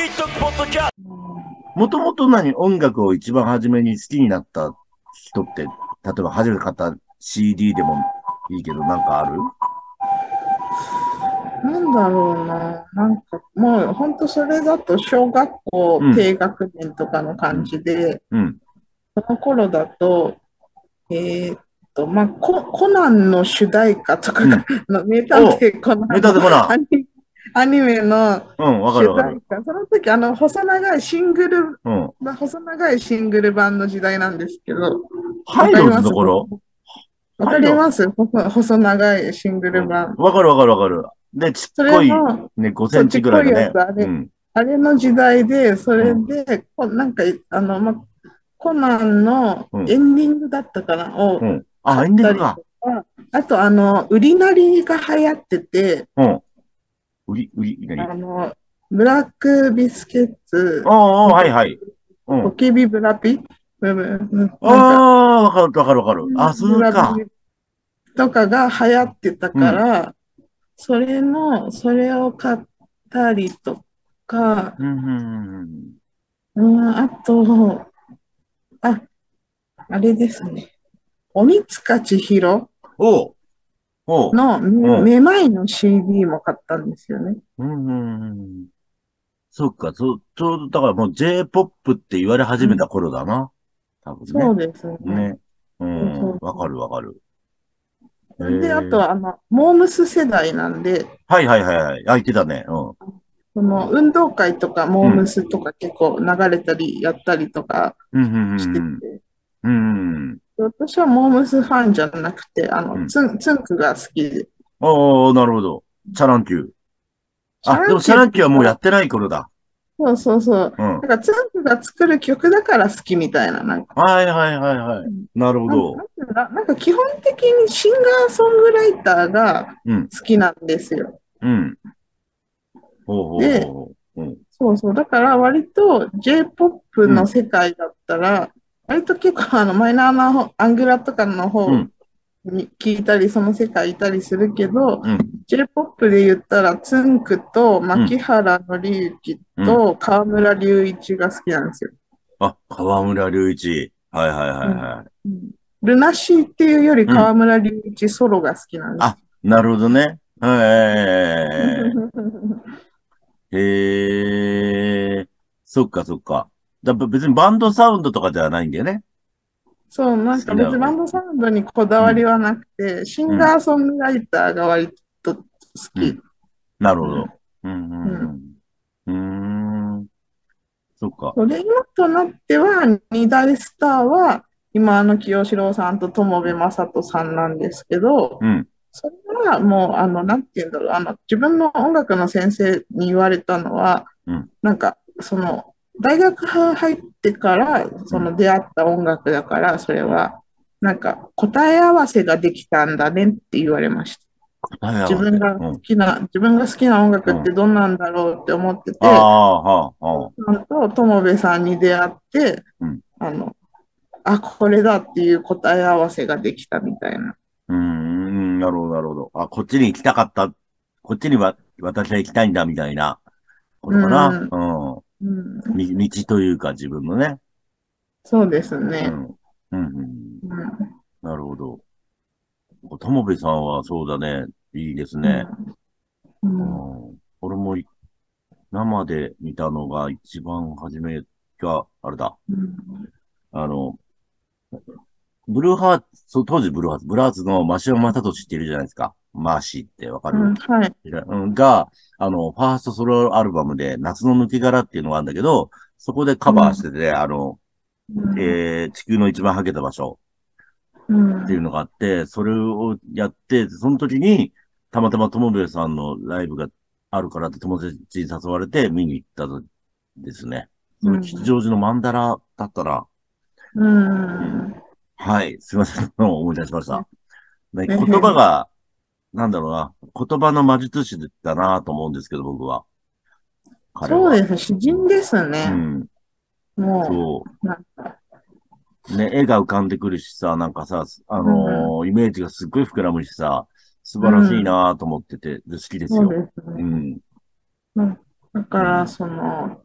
もともと音楽を一番初めに好きになった人って、例えば初めて買った CD でもいいけど、なんかある？ なんだろうな。なんか、もう本当それだと小学校うん、 低学年とかの感うん、 じで、 うん、 その頃だと、まあ、コナンの主題歌とかが、 うん。 名探お、 偵コナメンのタでコナアニメのン。うん、わかるわかる。 主題歌、その時、細長いシングル、 うん。 細長いシングル版の時代なんですけど、わハイローズかりますの頃？ わハイロかります細長いシングー、うん。 ル版。 わかるわかるわかる。で、ちっそれこい、 の、 ね、5セそう、 ンチちっこいやつ、 ぐらいだね。うん、 あれの時代で、それうん、 で、なんか、コナンのうん、 エンディングだったかな、をうん。あ、エ買ったりンディングか。 とか、あと、売りなりが流行ってて、 うん。何？ あの、ブラックビスケッツ、 おー、はいはい。うん。 ポケビブラピあなんか、 あ、わかるわかるわかる。あ、そブラピれか。 とかが流行ってたうん。 から、それを買ったりとか、 うん、うん、うん。 あと、あ、あれですね。鬼塚千尋おう、おう、 のおう。 めまいの CD も買ったんですよね。 うん、うん、うん。そっか、ちょうど、だからもう J-POP って言われ始めたうん、 頃だな。多分ね。 そうですね。 ね。うそうん、わかそうそるわかる。へう。で、あとえ。 は、モームス世代なんで、 はいはいはいはい。あ、言ってたね。うん。 その運動会とかモームうん。 スとか結構流れたりやったりとかうん、うん、 してうん、 て、 うん。うん。 私はモームスファンじゃなくて、 うん。 ツンクが好きで、 おー、なるほど。シャランキュー。あ、でもシャランキューっシャランキューはもうやていうか、 ってない頃だ。 そうそうそう。 うん。 なんかツンクが作る曲だから好きみたいな、なんか。 はいはいはいはい。 うんなるほど。 なんていうんだ、なんか基本的にシンガーソングライターがうん。 好きなんですよ。 うん。ほうほうほうで、 ほう。うん。 そうそう。だから割と J-POP のうん。 世界だったら、割と結構マイナーなアングラとかの方うん。 に聞いたり、その世界いたりするけど、 うん。 J-POP で言ったら、つんくとうん。 牧原紀之うん。 と河村隆一が好きなんですよ。 あ、河村隆一。はいはいはいうん。 はい。 うんルナシーっていうよりうん。 河村隆一ソロが好きなんであ、 す。 なるほどね。へえ。そっかそっか。別にバンドサウンドとかではないんだよね。 そう、なんか好きなの。 別にバンドサウンドにこだうん。 わりはなくて、シンうん。 ガーソングライターが割と好き。 うん。なるうん。 ほど。うん、 うん。 うん、うーん。そっか。 それ今となっては、二大スターは、今の清志郎さんと友部うん。 正人さんなんですけど、 うん。 それはもう、なんて言うんだろう、自分の音楽の先生に言われたのは、 うん。 なんか、大学入ってから、 うん。 出会った音楽だから、それは、なんか、答え合わせができたんだねって言われました。 答え合わせ。うん。 自分が好きな音楽ってうん。 どんなんだろうって思ってあて、 あ、はあ、はあ。 ちゃんと友部さんに出会って、 うん。 あの、これだっていう答え合わせができたみたいな。 うーん、なるほど、なるほど。あ、こっちに行きたかった。こっちに私は行きたいんだ、みたいなこうとかな。 ん、 うん。 うん、 道というか、自分のね。 そうですね。 うん。うん、うん。 うん、 なるほど。友部さんはそうだね。いいですうん、 ね。 ううん、 ん。俺も生で見たのが一番初めが、あれだ。 うん、 あの、ブルーハーツ、当時ブルーハーツの真島正俊っているじゃないですか。マーシーってわかる？ うんはい。 うん、が、ファーストソロアルバムで夏の抜け殻っていうのがあるんだけど、そこでカうん、 バーしてて、 うん、 地球の一番剥けた場所うん、 っていうのがあって、それをやって、その時に、たまたま友部さんのライブがあるからって友達に誘われて見に行ったんですね。それ吉うん、 祥寺のマンダラだったら、 ううん。 ん、 はい、すいません。思い出しました。ね、言えへへ、 葉が、なんだろうな、言葉の魔術師だなと思うんですけど、僕は。彼は。 そうです。詩人ですね。 うん。 もそう、なんか、 う。ね、絵が浮かんでくるしさ、なんかさ、 うん、 イメージがすっごい膨らむしさ、素う晴らしいん、 なと思ってて、好きですよ。 そうですね。 うん。 うん、だから、 うん。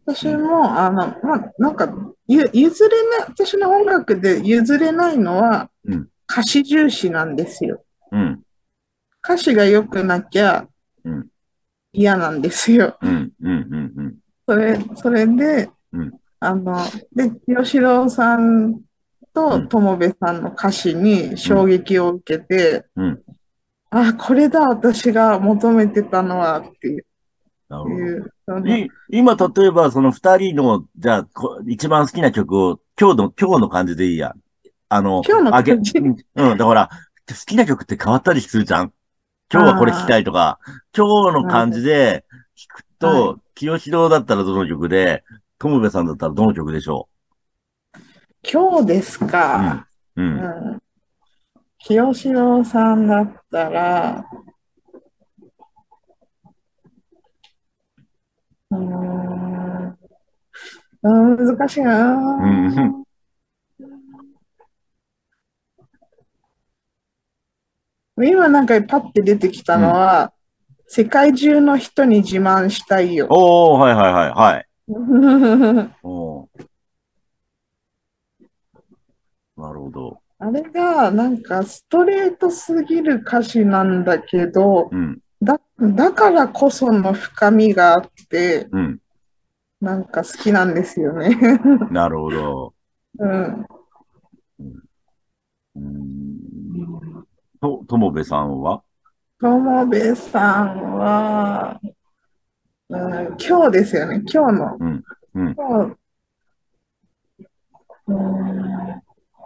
私も、なんか、譲れない、私の音楽で譲れないのはうん、 歌詞重視なんですよ。 うん、 歌詞が良くなきゃうん、 嫌なんですよ。 うん、うん、うん、うん、 それで、 うん、 清志郎さんとうん、 友部さんの歌詞にうん、 衝撃を受けて、 うん。 あ、これだ、私が求めてたのはってなるほど。 いう、その、 今、例えば、その二人の、じゃあ、一番好きな曲を、今日の感じでいいや。 今日のあげ、 感じ。 うん、だから、好きな曲って変わったりするじゃん。今日はこれ聴きあたいとか、今日のあ、なる感じほど。 で聴くはい。 と、清志郎だったらどの曲で、友部さんだったらどの曲でしょ今日ですう？うん、 か。 うん。 うん。清志郎さんだったら、うーん、難しいうん、 な。今なんかパッて出てきたうん。 のは、世界中の人に自慢したいよ。 おー、はいはいはい、はい。おー、なるほど。 あれがなんかストレートすぎる歌詞なんだけど、 うん、 だからこその深みがあって、 うん。 なんか好きなんですよね。 なるほど。 うん。 うん、うん、友部さんは？ 友部さんは、うん、今日ですよね。今日の。 うん、うん、 今日、うん、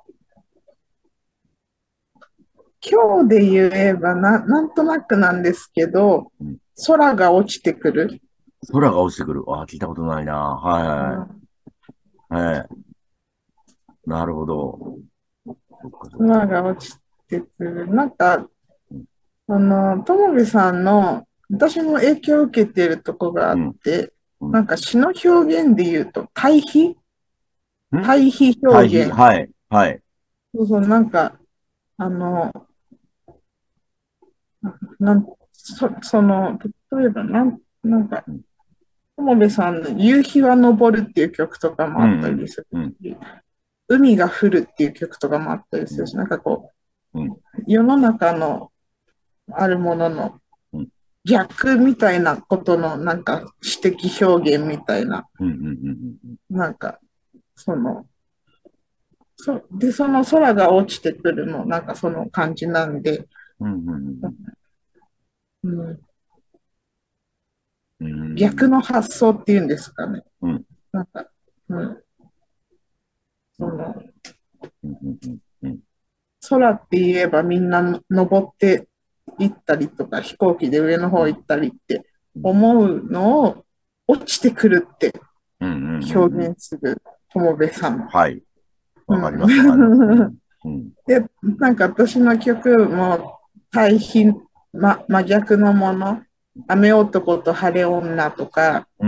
今日で言えばなんとなくなんですけど、 うん。 空が落ちてくる。 空が落ちてくる。あー、聞いたことないな。はいうん、 はい。はい。なるほど。そっかそっか。 空が落ちてくる。なんか、 うん、 友部さんの、私も影響を受けているとこがあうっん、 て、 うん。 なんか詩の表現で言うと、 ん対比表対比。 現。 はい、はい。 そうそう、なんか、あの、その、例えば、なんか、 うん、 友部さんの夕日は昇るっていう曲とかもあったうん、 りすうん、 るし、海が降るっていう曲とかもあったりうん、 するし、なんかこうん、 う、世の中のあるもののうん、 逆みたいなことのなんか詩的表現みたいな、 うん、うん、うん、うん、 なんか、その、その空が落ちてくるの、なんかその感じなんで、 うん、 うん、 うん、 逆の発想っていうんですかね。 うん、 なんか、うん、 うん、 その、 うん、うん、うん、 空って言えばみんな登って行ったりとか飛行機で上の方行ったりって思うのを落ちてくるってうん、うん、うん。 表現する友部さん。 はい。 うわかります、わかります。うん、 ん、うん、 で、なんか私の曲も対比、真逆のもの、雨男と晴れ女とか、 うん、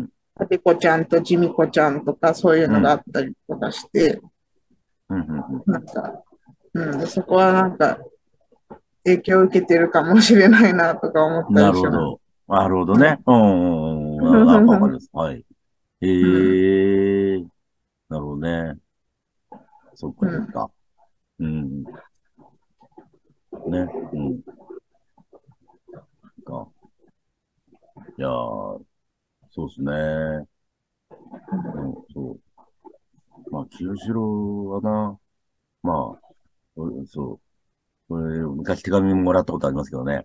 あてこちゃんとジミコちゃんとかそういううん、 のがあったりとかして、 うん、うん、うん。 なんか、うん、そこはなんか影響を受けてるかもしれないなとか思ったなりします。 るほど。なるほどうん。 ね。うん、うん、うん。なんかわかります。はい。 うん。 へえ、なるほどね。そっか、 うん。 そっか。うん、ね。うん、か。いやー、そうですね。うん、そう。まあ、清志郎はな、まあ、そう。これ、昔手紙もらったことありますけどね。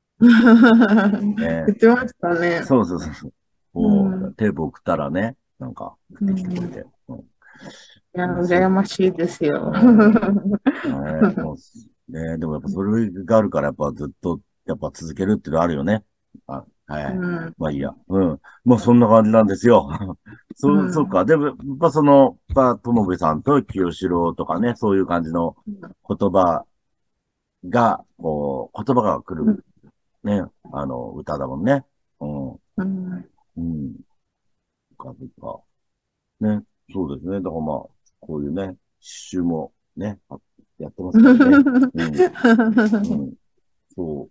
ね。 言ってましたね。 そうそうそうそう。 うこう、 ん。 テープ送ったらね、なんか、送ってきてくれうん。 て。うん。 いや、 まあ、 羨ましいですよ。 うん。ね、もう、ね、でもやっぱそれがあるから、やっぱずっと、やっぱ続けるっていうのはあるよね。あ、はうい。 ん。 まあいいや。うん。まあそんな感じなんですよ。 うそうか。 ん。 でも、やっぱその、まあ、友部さんと清志郎とかね、そういう感じの言葉が、こう、言葉が来る、 うん。 ね、歌だもんね。うん。 うん。 うん。そっか。ね。そうですね。だからまあ、こういうね、詩集もね、やってますからね。うん。うん。そう。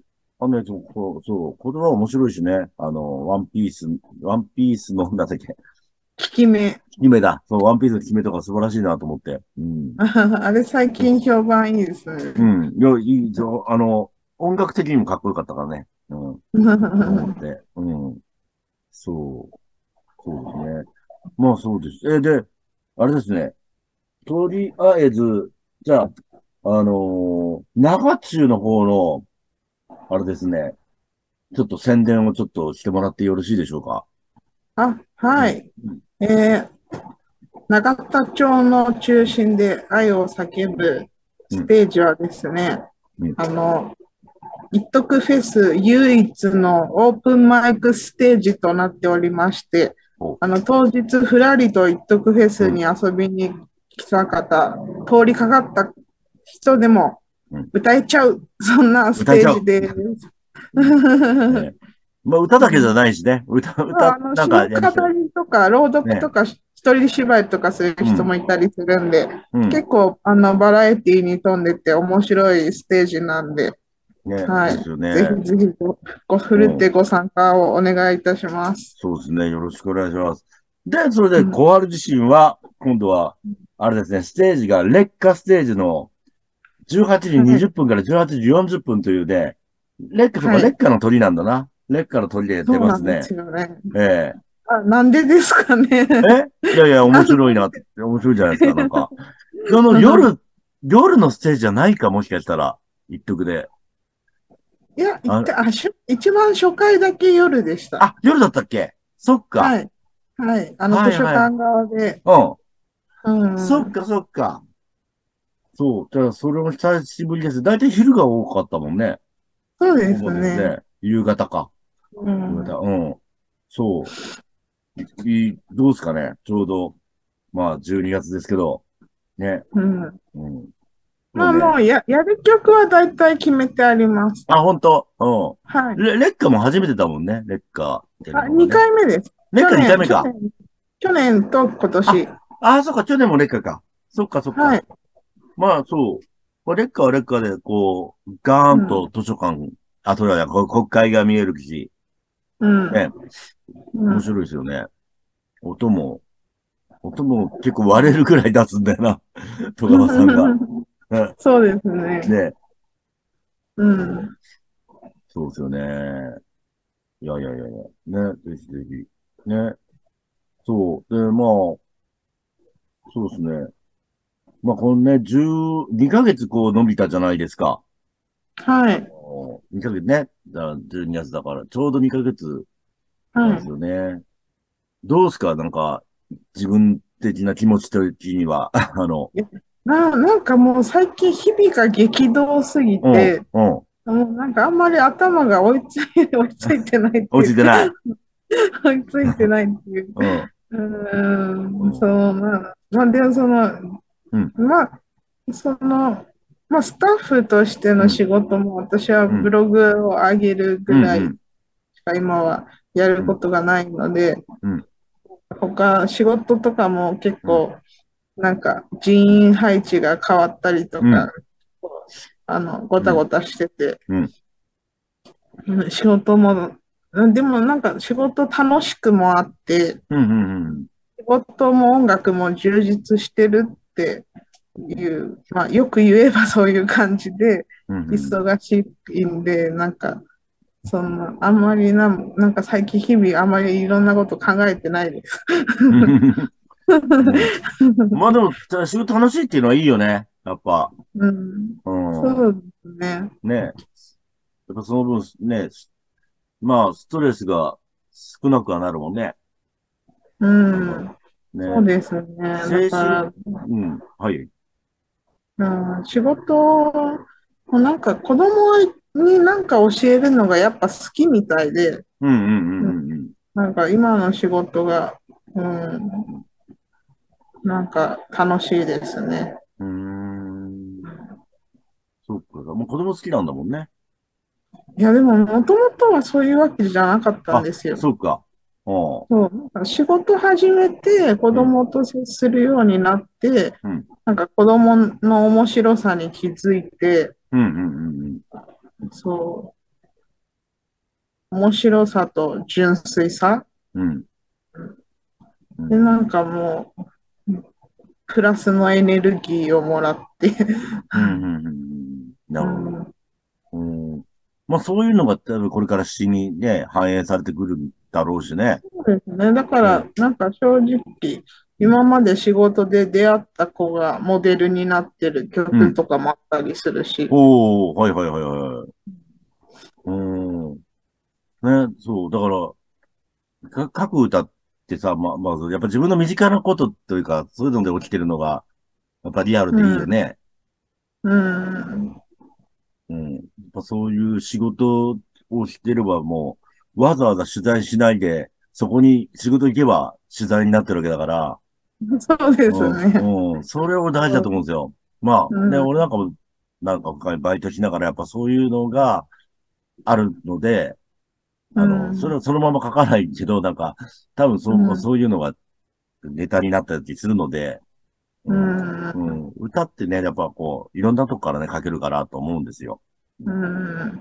そう、言葉面白いしね。ワンピースの、なんだっけ。 き目。 決めだ。そう、ワンピースの決めとか素晴らしいなと思って。うん。 あれ最近評判いいですね。 うん。いや、いいぞ。音楽的にもかっこよかったからね。うん。と思って。うん。そう。そうですね。まあそうです。で、あれですね。とりあえず、じゃあ、長中の方の、あれですね。ちょっと宣伝をちょっとしてもらってよろしいでしょうか。 あ、 うん。 はい。えー永田町の中心で愛を叫ぶスうん。 テージはですね、 うん。 あの、一徳フェス唯一のオープンマイクステージとなっておりまして、 お、 当日ふらりと一徳フェうん。 スに遊びに来た方、通りかかった人でもうん。 歌えちゃう、そんなス歌えちゃう。 テージです。 うん。ね。まあ歌だけじゃないしね。なん詩かやりたい。 の語りとか、朗読ね。 とか、一人芝居とかする人うん。 もいたりするんで、 うん。 結構、バラエティに富んでて面白いステージなんで、 ね。 はい。 ですよね。 ぜひぜひふるってうん。 ご参加をお願いいたします。 そうですね。よろしくお願いします。で、それで、 うん、 小春自身は、今度は、あれですね、ステージが劣化ステージの18時20 はい。 分から18時40分というね、そうか、 はい。 劣化の鳥なんだな。劣化の鳥で出そうなんでますね。 すよね。 えなんでですかね。 いやいや、面なん白いなって、面白いじゃないですか、なんか。 うん夜のステージじゃないか、もしかしたら、一徳で。 いや、 あ、 一番初回だけ夜でした。 夜だったっけ？そっか。 はい。はい。図はいはい。 書館側で。 うん。 うん。 そっか、そっか。そう。じゃあ、それも久しぶりです。だいたい昼が多かったもんね。 そうです主ですね。 ね。夕方か。 う夕方。 ん。 うん。そう。どうですかね。ちょうど、まあ、12月ですけど、ね。 うん。 うん。そうまあもね。 うやる曲は大体決めてあります。 あ、本当。うん。 はい。 レッカも初めてだもんね。レッカっていうのがね。 2回目です。 レッカ2回目か。 去年と今あ、 年。 そっか、去年もレッカか。そっか、そっか。 はい。 まあ、そう。まあレッカはレッカで、こう、ガーンとうん。 図書館、とりあえず国会が見えるし、 うん。 ね、 うん。 面白いですよね。音も、音も結構割れるくらい出すんだよな。戸川さんが。ね。 そうですね。 ね。 うそう、 ん。 そうですよね。いやいやいやいや。ね。ぜひぜひ。ね。そう。で、まあ、そうですね。まあ、このね、2ヶ月こう伸びたじゃないですか。 はい。 2ヶ月ね。12月だから、ちょうど2ヶ月なんですはい。 よね。どうですかなんか、自分的な気持ち的には。 なんかもう最近日々が激動すぎうん、 て、 うん。 もうなんかあんまり頭が追いついてないっていうか、 落ちてない。 追いついてないっていう。 うん、 そう、 うん、 でもうん、 まあ、スタッフとしてのうん、 仕事も私はうん、 ブログを上げるうん、 ぐらいうん、 しか今はやるこうん、 とがないので、 うん、 仕事とかも結うん、 構、なんか人員配置が変わったりとうん、 か、ごたごうん、 たしてて、 うん、 仕事も、でもなんか仕事楽しくもあって、 うん、 仕事も音楽も充実してるっていう、まあよく言えばそういう感じで、 うん、 忙しいんで、なんか、あんまりなんか最近日々あんまりいろんなこと考えてないです。 うん。うん。まあでも、仕事楽しいっていうのはいいよね。やっぱ。 うん。 うん。 そうですね。 ね。やっぱその分、ね、まあ、ストレスが少なくはなるもんね。 うなんか、 ん。そうね。 ですね。だ精神、 から、 うん、はい。 仕事なんか子供になんか教えるのがやっぱ好きみたいで、 うん、うん、 うん、 うん、うん。 なんか今の仕事が、うん、 うん。 なんか楽しいですね。 うーん。そっか。もう子供好きなんだもんね。 いや、でももともとはそういうわけじゃなかったんあ、 ですよ。 そうか。うん、 そう、なんか仕事始めて子うん、 供と接するようになって、 うん、 なんか子供の面白さに気づいて、 うん、うん、うん。 そう、面白さと純粋さ、 うん、うで、なんかもう、プラスのエネルギーをもらって、 うん、うん、うん。うんなうるほど。 ん、 うん。まあそういうのが多分これから詩にね、反映されてくるんだろうしね。 そうですね。だかね。 ら、なんか正直、 うん。 今まで仕事で出会った子がモデルになってるうん。 曲とかもあったりするし、 おー、はいはいはいはい。うん。ね、そう。だから、書く歌ってさ、やっぱ自分の身近なことというか、そういうので起きてるのが、やっぱリアルでいいようん、 ね。 うん、 うん。やっぱそういう仕事をしてればもう、わざわざ取材しないで、そこに仕事行けば取材になってるわけだから、 そうですね。 うん、うん。それは大事だと思うんですよ。まあ、ね、 うん、 俺なんかも、なんか他にバイトしながら、やっぱそういうのがあるので、 うそれん、 をそのまま書かないけど、なんか、多分うん、 そういうのがネタになったりするので、 ううん、 ん、 うん。歌ってね、やっぱこう、いろんなとこからね、書けるかなと思うんですよ。 うん、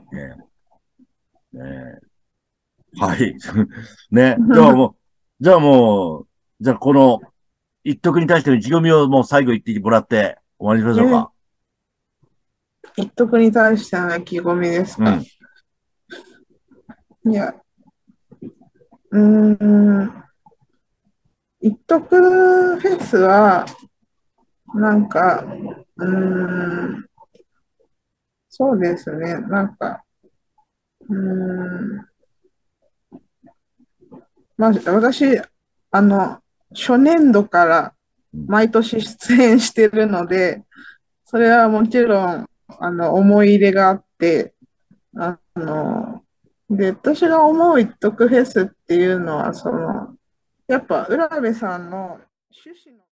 ね、ね、はい。ね。じゃあもう、じゃあこの一曲に対しての意気込みをもう最後言ってもらって終わりにしましょうか。 一徳に対しての意気込みですか？ うん。 いや、うーん、一徳フェスは、なんか、うーん、そうですね、なんか、うーん、まあ、私、初年度からうん。 毎年出演してるので、それはもちろん、思い入れがあって、で、私が思う一徳フェスっていうのは、やっぱ、浦部さんの趣旨の